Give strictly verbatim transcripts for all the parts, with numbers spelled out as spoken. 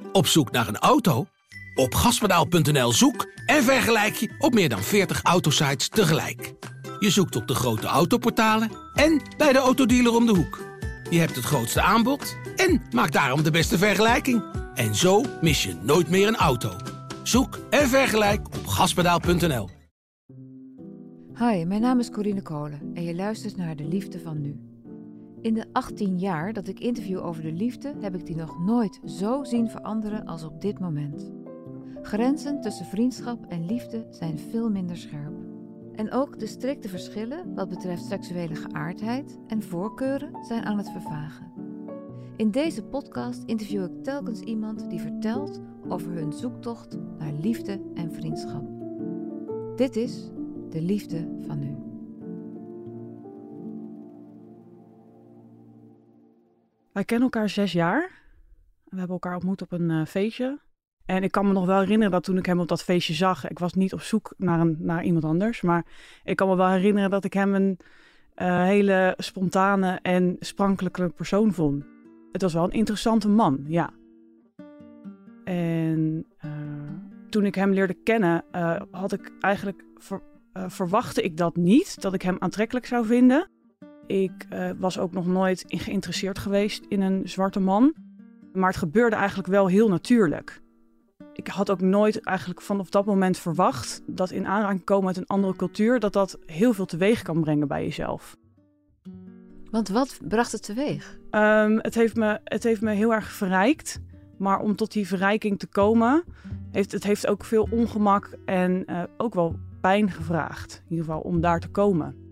Op zoek naar een auto? Op gaspedaal punt n l zoek en vergelijk je op meer dan veertig autosites tegelijk. Je zoekt op de grote autoportalen en bij de autodealer om de hoek. Je hebt het grootste aanbod en maakt daarom de beste vergelijking. En zo mis je nooit meer een auto. Zoek en vergelijk op gaspedaal punt n l. Hi, mijn naam is Corine Kolen en je luistert naar De Liefde van Nu. In de achttien jaar dat ik interview over de liefde heb ik die nog nooit zo zien veranderen als op dit moment. Grenzen tussen vriendschap en liefde zijn veel minder scherp. En ook de strikte verschillen wat betreft seksuele geaardheid en voorkeuren zijn aan het vervagen. In deze podcast interview ik telkens iemand die vertelt over hun zoektocht naar liefde en vriendschap. Dit is De Liefde van Nu. Wij kennen elkaar zes jaar. We hebben elkaar ontmoet op een uh, feestje. En ik kan me nog wel herinneren dat toen ik hem op dat feestje zag... Ik was niet op zoek naar, een, naar iemand anders. Maar ik kan me wel herinneren dat ik hem een uh, hele spontane en sprankelijke persoon vond. Het was wel een interessante man, ja. En uh, toen ik hem leerde kennen, uh, had ik eigenlijk ver, uh, verwachtte ik dat niet. Dat ik hem aantrekkelijk zou vinden. Ik uh, was ook nog nooit geïnteresseerd geweest in een zwarte man. Maar het gebeurde eigenlijk wel heel natuurlijk. Ik had ook nooit eigenlijk vanaf dat moment verwacht dat in aanraking komen met een andere cultuur, dat dat heel veel teweeg kan brengen bij jezelf. Want wat bracht het teweeg? Um, het, heeft me, het heeft me heel erg verrijkt. Maar om tot die verrijking te komen, heeft het heeft ook veel ongemak en uh, ook wel pijn gevraagd. In ieder geval om daar te komen.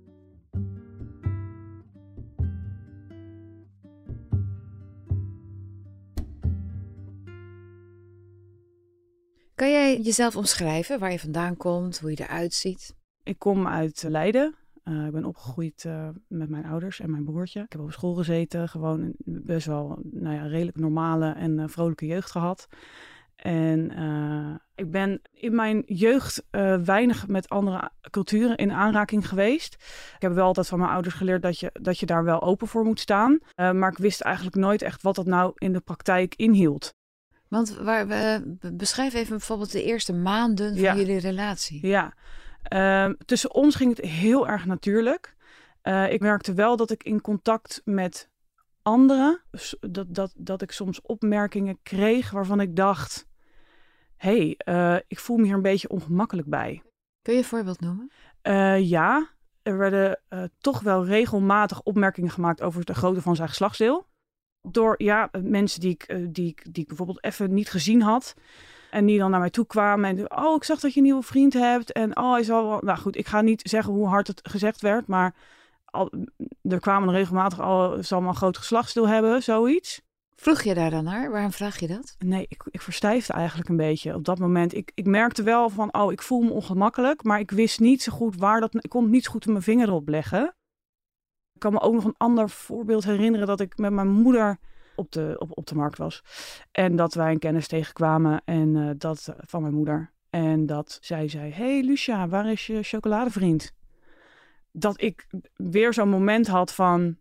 Kan jij jezelf omschrijven, waar je vandaan komt, hoe je eruit ziet? Ik kom uit Leiden. Uh, ik ben opgegroeid uh, met mijn ouders en mijn broertje. Ik heb op school gezeten, gewoon best wel nou ja, redelijk normale en uh, vrolijke jeugd gehad. En uh, ik ben in mijn jeugd uh, weinig met andere culturen in aanraking geweest. Ik heb wel altijd van mijn ouders geleerd dat je, dat je daar wel open voor moet staan. Uh, maar ik wist eigenlijk nooit echt wat dat nou in de praktijk inhield. Want waar we, beschrijf even bijvoorbeeld de eerste maanden van ja. jullie relatie. Ja, uh, tussen ons ging het heel erg natuurlijk. Uh, ik merkte wel dat ik in contact met anderen, dat, dat, dat ik soms opmerkingen kreeg waarvan ik dacht, hé, hey, uh, ik voel me hier een beetje ongemakkelijk bij. Kun je een voorbeeld noemen? Uh, ja, er werden uh, toch wel regelmatig opmerkingen gemaakt over de grootte van zijn geslachtsdeel. Door ja, mensen die ik, die, ik, die ik bijvoorbeeld even niet gezien had. En die dan naar mij toe kwamen. En oh, ik zag dat je een nieuwe vriend hebt. En oh, is al wel. Nou goed, ik ga niet zeggen hoe hard het gezegd werd. Maar al, er kwamen regelmatig al. Zal maar een groot geslachtsdeel hebben, zoiets. Vroeg je daar dan naar? Waarom vraag je dat? Nee, ik, ik verstijfde eigenlijk een beetje op dat moment. Ik, ik merkte wel van, oh, ik voel me ongemakkelijk. Maar ik wist niet zo goed waar dat. Ik kon het niet zo goed mijn vinger erop leggen. Ik kan me ook nog een ander voorbeeld herinneren dat ik met mijn moeder op de, op, op de markt was. En dat wij een kennis tegenkwamen en uh, dat uh, van mijn moeder. En dat zij zei, hey Lucia, waar is je chocoladevriend? Dat ik weer zo'n moment had van,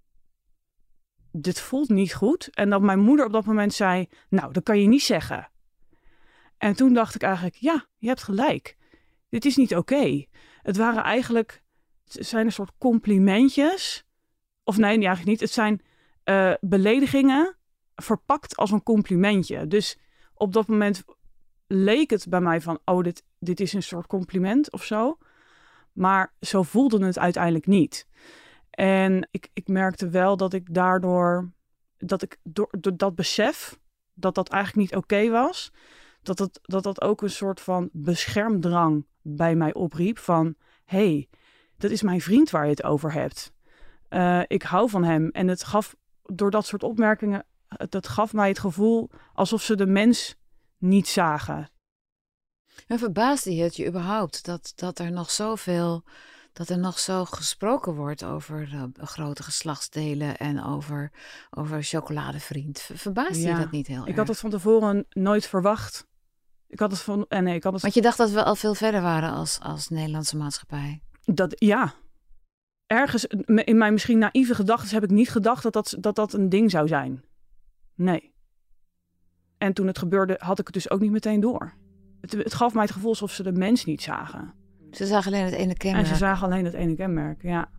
dit voelt niet goed. En dat mijn moeder op dat moment zei, nou, dat kan je niet zeggen. En toen dacht ik eigenlijk, ja, je hebt gelijk. Dit is niet oké. Okay. Het waren eigenlijk... Het zijn een soort complimentjes. Of nee, eigenlijk niet. Het zijn uh, beledigingen verpakt als een complimentje. Dus op dat moment leek het bij mij van, oh, dit, dit is een soort compliment of zo. Maar zo voelde het uiteindelijk niet. En ik, ik merkte wel dat ik daardoor, dat ik door, door dat besef, dat dat eigenlijk niet oké okay was, dat, het, dat dat ook een soort van beschermdrang bij mij opriep van, hey, dat is mijn vriend waar je het over hebt. Uh, ik hou van hem. En het gaf, door dat soort opmerkingen, dat gaf mij het gevoel alsof ze de mens niet zagen. En verbaasde je het je überhaupt dat, dat er nog zoveel, dat er nog zo gesproken wordt over uh, grote geslachtsdelen en over, over chocoladevriend? Verbaasde ja, je dat niet heel ik erg? had het van tevoren nooit verwacht. Ik had het van, eh, nee, ik had het... Want je dacht dat we al veel verder waren als, als Nederlandse maatschappij. Dat, ja. Ergens in mijn misschien naïeve gedachten heb ik niet gedacht dat dat, dat dat een ding zou zijn. Nee. En toen het gebeurde, had ik het dus ook niet meteen door. Het, het gaf mij het gevoel alsof ze de mens niet zagen. Ze zagen alleen het ene kenmerk. En ze zagen alleen het ene kenmerk, ja.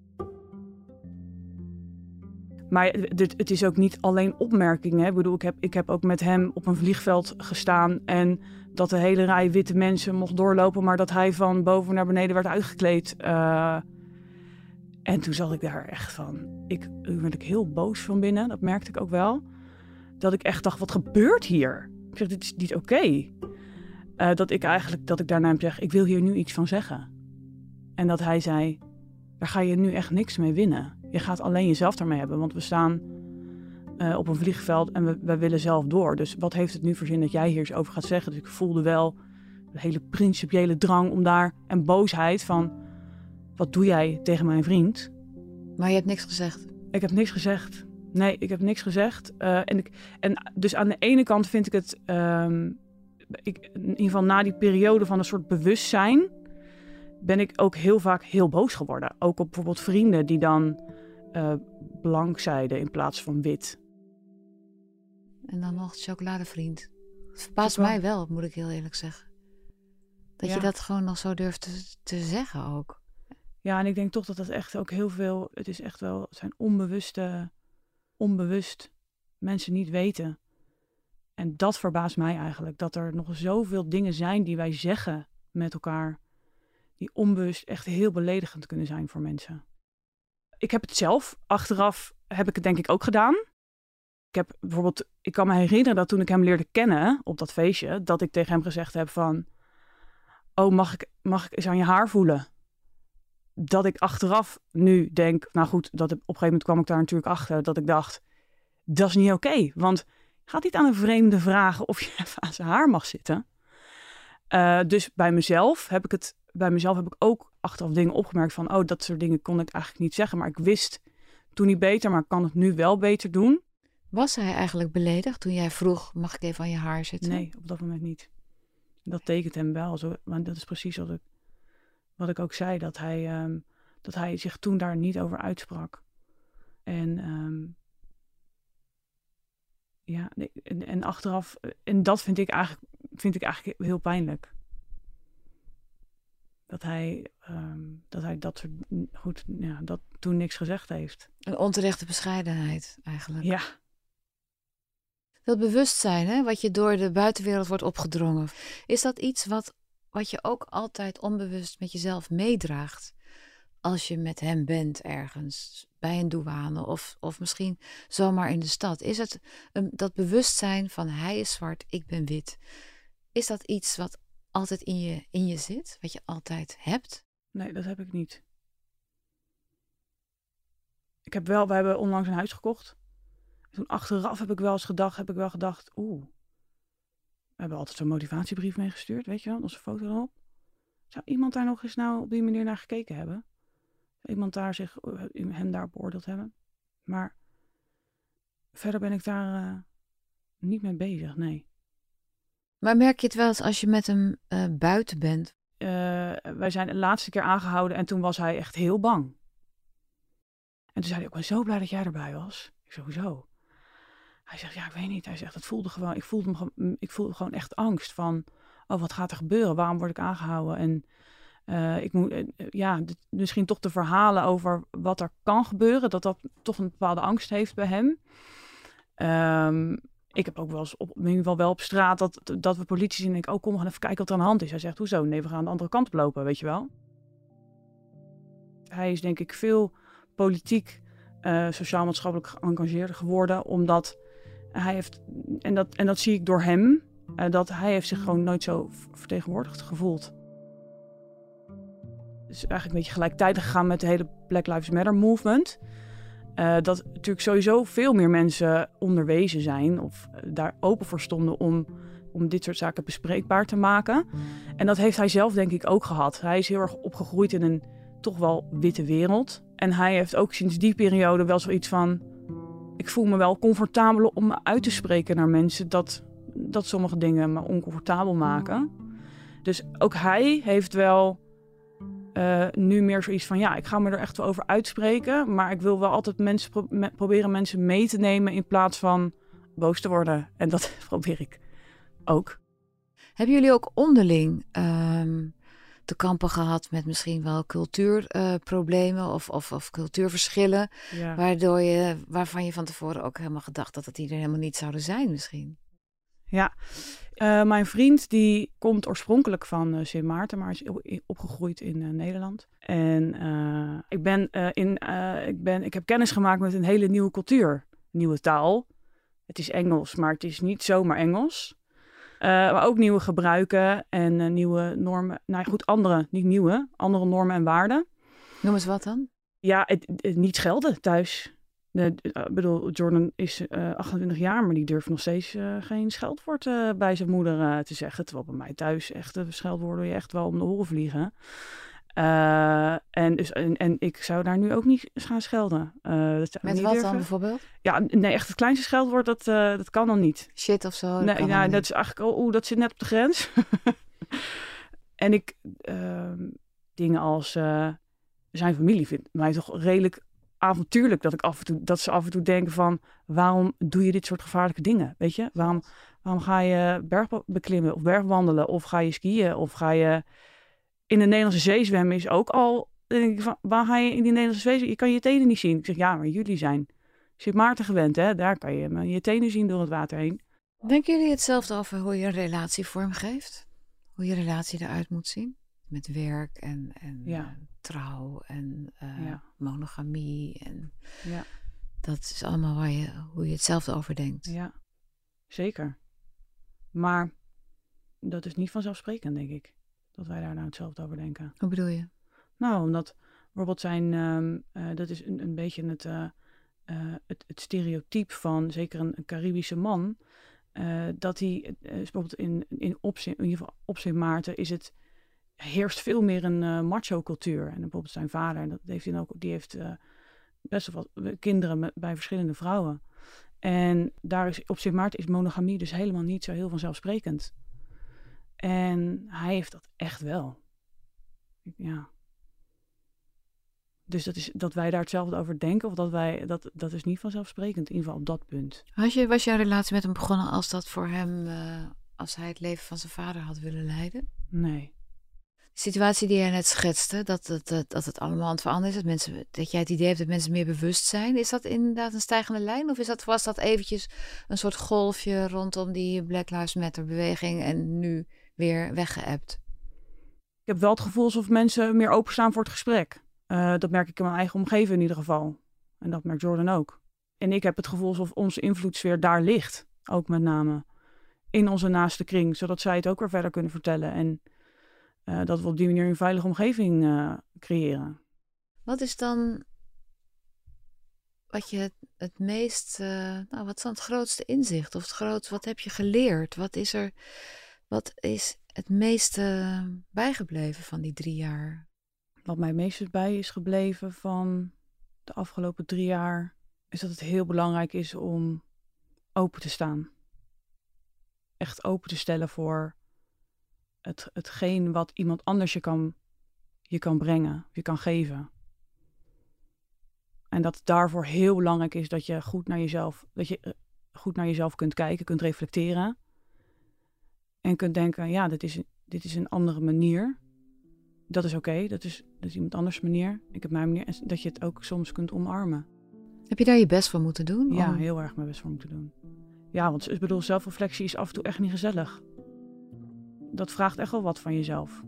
Maar het, het is ook niet alleen opmerkingen. Ik bedoel, ik heb, ik heb ook met hem op een vliegveld gestaan en dat de hele rij witte mensen mocht doorlopen, maar dat hij van boven naar beneden werd uitgekleed. Uh, en toen zat ik daar echt van. Ik, toen werd ik heel boos van binnen, dat merkte ik ook wel. Dat ik echt dacht, wat gebeurt hier? Ik zeg, dit is niet oké. Okay. Uh, dat ik eigenlijk, dat ik daarna hem zeg, ik wil hier nu iets van zeggen. En dat hij zei, daar ga je nu echt niks mee winnen. Je gaat alleen jezelf daarmee hebben, want we staan uh, op een vliegveld en we, we willen zelf door. Dus wat heeft het nu voor zin dat jij hier eens over gaat zeggen? Dus ik voelde wel een hele principiële drang om daar en boosheid van, wat doe jij tegen mijn vriend? Maar je hebt niks gezegd? Ik heb niks gezegd. Nee, ik heb niks gezegd. Uh, en, ik, en dus aan de ene kant vind ik het, um, ik, in ieder geval na die periode van een soort bewustzijn, ben ik ook heel vaak heel boos geworden. Ook op bijvoorbeeld vrienden die dan uh, blank zeiden in plaats van wit. En dan nog chocoladevriend. Het verbaast mij wel, moet ik heel eerlijk zeggen. Dat ja. je dat gewoon nog zo durft te, te zeggen ook. Ja, en ik denk toch dat dat echt ook heel veel, het is echt wel, het zijn onbewuste, onbewust mensen niet weten. En dat verbaast mij eigenlijk, dat er nog zoveel dingen zijn die wij zeggen met elkaar, die onbewust echt heel beledigend kunnen zijn voor mensen. Ik heb het zelf, achteraf heb ik het denk ik ook gedaan. Ik heb bijvoorbeeld, ik kan me herinneren dat toen ik hem leerde kennen op dat feestje, dat ik tegen hem gezegd heb van, oh, mag ik, mag ik eens aan je haar voelen? Dat ik achteraf nu denk, nou goed, dat op een gegeven moment kwam ik daar natuurlijk achter, dat ik dacht, dat is niet oké. Okay, want gaat niet aan een vreemde vragen of je even aan zijn haar mag zitten. Uh, dus bij mezelf heb ik het, bij mezelf heb ik ook achteraf dingen opgemerkt van, oh, dat soort dingen kon ik eigenlijk niet zeggen. Maar ik wist toen niet beter, maar ik kan het nu wel beter doen. Was hij eigenlijk beledigd toen jij vroeg, mag ik even aan je haar zitten? Nee, op dat moment niet. Dat tekent hem wel. Zo, want dat is precies wat ik, wat ik ook zei, dat hij, um, dat hij zich toen daar niet over uitsprak. En um, ja, en, en achteraf, en dat vind ik eigenlijk, vind ik eigenlijk heel pijnlijk. Dat hij, um, dat hij dat soort, goed, ja, dat toen niks gezegd heeft. Een onterechte bescheidenheid eigenlijk. Ja. Dat bewustzijn, hè, wat je door de buitenwereld wordt opgedrongen. Is dat iets wat, wat je ook altijd onbewust met jezelf meedraagt? Als je met hem bent ergens, bij een douane of, of misschien zomaar in de stad. Is het um, dat bewustzijn van hij is zwart, ik ben wit. Is dat iets wat altijd in je, in je zit? Wat je altijd hebt? Nee, dat heb ik niet. Ik heb wel, we hebben onlangs een huis gekocht. Toen achteraf heb ik wel eens gedacht, heb ik wel gedacht, oeh. We hebben altijd zo'n motivatiebrief meegestuurd, weet je wel, onze foto erop. Zou iemand daar nog eens nou op die manier naar gekeken hebben? Zou iemand daar zich, hem daar beoordeeld hebben? Maar verder ben ik daar uh, niet mee bezig, nee. Maar merk je het wel eens als je met hem uh, buiten bent? Uh, wij zijn de laatste keer aangehouden en toen was hij echt heel bang. En toen zei hij, ik ben zo blij dat jij erbij was. Ik zeg, hoezo? Hij zegt, ja, ik weet niet. Hij zegt, het voelde gewoon, ik voelde, me, ik voelde gewoon echt angst van, oh, wat gaat er gebeuren? Waarom word ik aangehouden? En uh, ik moet, uh, ja, d- misschien toch de verhalen over wat er kan gebeuren, dat dat toch een bepaalde angst heeft bij hem. Um, ik heb ook wel eens, op, in ieder geval wel op straat, dat, dat we politie zien en ik, oh, kom, we gaan even kijken wat er aan de hand is. Hij zegt, hoezo? Nee, we gaan de andere kant op lopen, weet je wel. Hij is denk ik veel politiek, uh, sociaal-maatschappelijk geëngageerd geworden, omdat hij heeft, en dat, en dat zie ik door hem, uh, dat hij heeft zich gewoon nooit zo vertegenwoordigd gevoeld. Het is eigenlijk een beetje gelijktijdig gegaan met de hele Black Lives Matter movement. Uh, dat natuurlijk sowieso veel meer mensen onderwezen zijn of uh, daar open voor stonden om, om dit soort zaken bespreekbaar te maken. En dat heeft hij zelf denk ik ook gehad. Hij is heel erg opgegroeid in een toch wel witte wereld. En hij heeft ook sinds die periode wel zoiets van, ik voel me wel comfortabel om me uit te spreken naar mensen dat, dat sommige dingen me oncomfortabel maken. Dus ook hij heeft wel uh, nu meer zoiets van, ja, ik ga me er echt wel over uitspreken, maar ik wil wel altijd mensen pro- me- proberen mensen mee te nemen in plaats van boos te worden. En dat probeer ik ook. Hebben jullie ook onderling um, te kampen gehad met misschien wel cultuurproblemen uh, of, of, of cultuurverschillen? Ja. Waardoor je, waarvan je van tevoren ook helemaal gedacht dat het hier helemaal niet zouden zijn misschien? Ja, uh, mijn vriend die komt oorspronkelijk van uh, Sint Maarten, maar is opgegroeid in uh, Nederland. En uh, ik, ben, uh, in, uh, ik, ben, ik heb kennis gemaakt met een hele nieuwe cultuur, nieuwe taal. Het is Engels, maar het is niet zomaar Engels. Uh, maar ook nieuwe gebruiken en uh, nieuwe normen. Nou goed, andere, niet nieuwe, andere normen en waarden. Noem eens wat dan? Ja, het, het, niet schelden thuis. Ik uh, bedoel, Jordan is uh, achtentwintig jaar, maar die durft nog steeds uh, geen scheldwoord uh, bij zijn moeder uh, te zeggen. Terwijl bij mij thuis echt uh, scheldwoorden je echt wel om de oren vliegen. Uh, en, dus, en, en ik zou daar nu ook niet gaan schelden. Uh, dat Met niet wat durven. dan bijvoorbeeld? Ja, nee, echt het kleinste scheldwoord, dat, uh, dat kan dan niet. Shit of zo? Nee, kan nou, niet. dat is eigenlijk al, oeh, dat zit net op de grens. En ik, uh, dingen als, uh, zijn familie vindt mij toch redelijk avontuurlijk dat ik af en toe, dat ze af en toe denken van, waarom doe je dit soort gevaarlijke dingen? Weet je, waarom, waarom ga je berg beklimmen of bergwandelen of ga je skiën of ga je in de Nederlandse zee zwemmen is ook al, dan denk ik van, waar ga je in die Nederlandse zee zwemmen? Je kan je tenen niet zien. Ik zeg, ja, maar jullie zijn Sint Maarten gewend, hè? Daar kan je je tenen zien door het water heen. Denken jullie hetzelfde over hoe je een relatie vormgeeft? Hoe je relatie eruit moet zien? Met werk en, en Ja. uh, trouw en uh, Ja. monogamie. En Ja. dat is allemaal waar je, hoe je hetzelfde over denkt. Ja, zeker. Maar dat is niet vanzelfsprekend, denk ik. Dat wij daar nou hetzelfde over denken. Hoe bedoel je? Nou, omdat bijvoorbeeld zijn, um, uh, dat is een, een beetje het, uh, uh, het, het stereotype van zeker een, een Caribische man. Uh, dat hij, uh, bijvoorbeeld in, in, op, in ieder geval op Sint Maarten is het, heerst veel meer een uh, macho cultuur. En bijvoorbeeld zijn vader, dat heeft hij ook, die heeft uh, best wel wat kinderen met, bij verschillende vrouwen. En daar is, op Sint Maarten is monogamie dus helemaal niet zo heel vanzelfsprekend. En hij heeft dat echt wel. Ja. Dus dat, is, dat wij daar hetzelfde over denken, of dat wij, dat, dat is niet vanzelfsprekend, in ieder geval op dat punt. Was je, was je een relatie met hem begonnen als dat voor hem, uh, als hij het leven van zijn vader had willen leiden? Nee. De situatie die jij net schetste, dat, dat, dat, dat het allemaal aan het veranderen is, dat, mensen, dat jij het idee hebt dat mensen meer bewust zijn, is dat inderdaad een stijgende lijn? Of is dat, was dat eventjes een soort golfje rondom die Black Lives Matter beweging en nu weer weggeëpt? Ik heb wel het gevoel alsof mensen meer openstaan voor het gesprek. Uh, dat merk ik in mijn eigen omgeving in ieder geval. En dat merkt Jordan ook. En ik heb het gevoel alsof onze invloedssfeer daar ligt. Ook met name in onze naaste kring. Zodat zij het ook weer verder kunnen vertellen. En uh, dat we op die manier een veilige omgeving uh, creëren. Wat is dan wat je het, het meest... Uh, nou, wat is dan het grootste inzicht? Of het grootste, wat heb je geleerd? Wat is er... Wat is het meeste bijgebleven van die drie jaar? Wat mij meest bij is gebleven van de afgelopen drie jaar, is dat het heel belangrijk is om open te staan. Echt open te stellen voor het, hetgeen wat iemand anders je kan, je kan brengen, je kan geven. En dat het daarvoor heel belangrijk is dat je goed naar jezelf, dat je goed naar jezelf kunt kijken, kunt reflecteren. En kunt denken, ja, dit is, dit is een andere manier. Dat is oké, okay. dat, is, dat is iemand anders manier. Ik heb mijn manier. En dat je het ook soms kunt omarmen. Heb je daar je best voor moeten doen? Ja, om... heel erg mijn best voor moeten doen. Ja, want ik bedoel, zelfreflectie is af en toe echt niet gezellig. Dat vraagt echt wel wat van jezelf.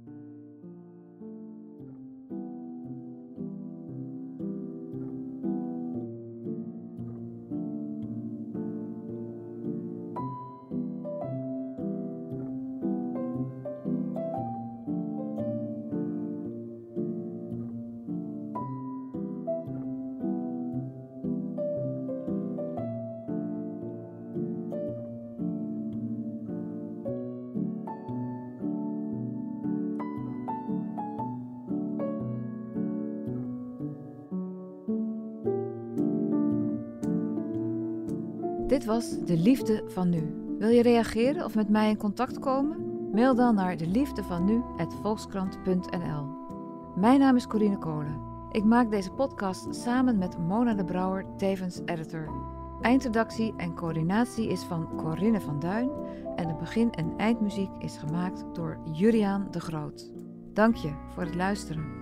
Dit was De Liefde van Nu. Wil je reageren of met mij in contact komen? Mail dan naar deliefdevannu apenstaartje volkskrant punt n l. Mijn naam is Corine Kolen. Ik maak deze podcast samen met Mona de Brouwer, tevens editor. Eindredactie en coördinatie is van Corinne van Duin en de begin- en eindmuziek is gemaakt door Juriaan de Groot. Dank je voor het luisteren.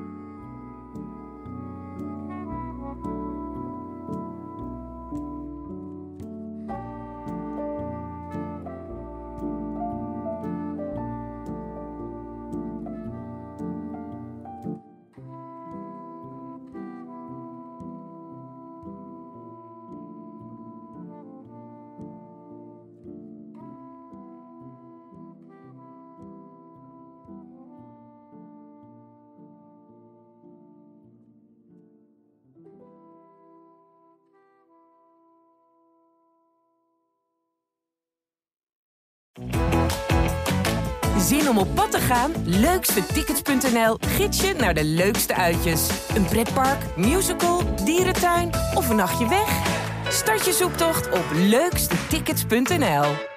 Zin om op pad te gaan? Leukstetickets punt n l gids je naar de leukste uitjes. Een pretpark, musical, dierentuin of een nachtje weg? Start je zoektocht op leukstetickets punt n l.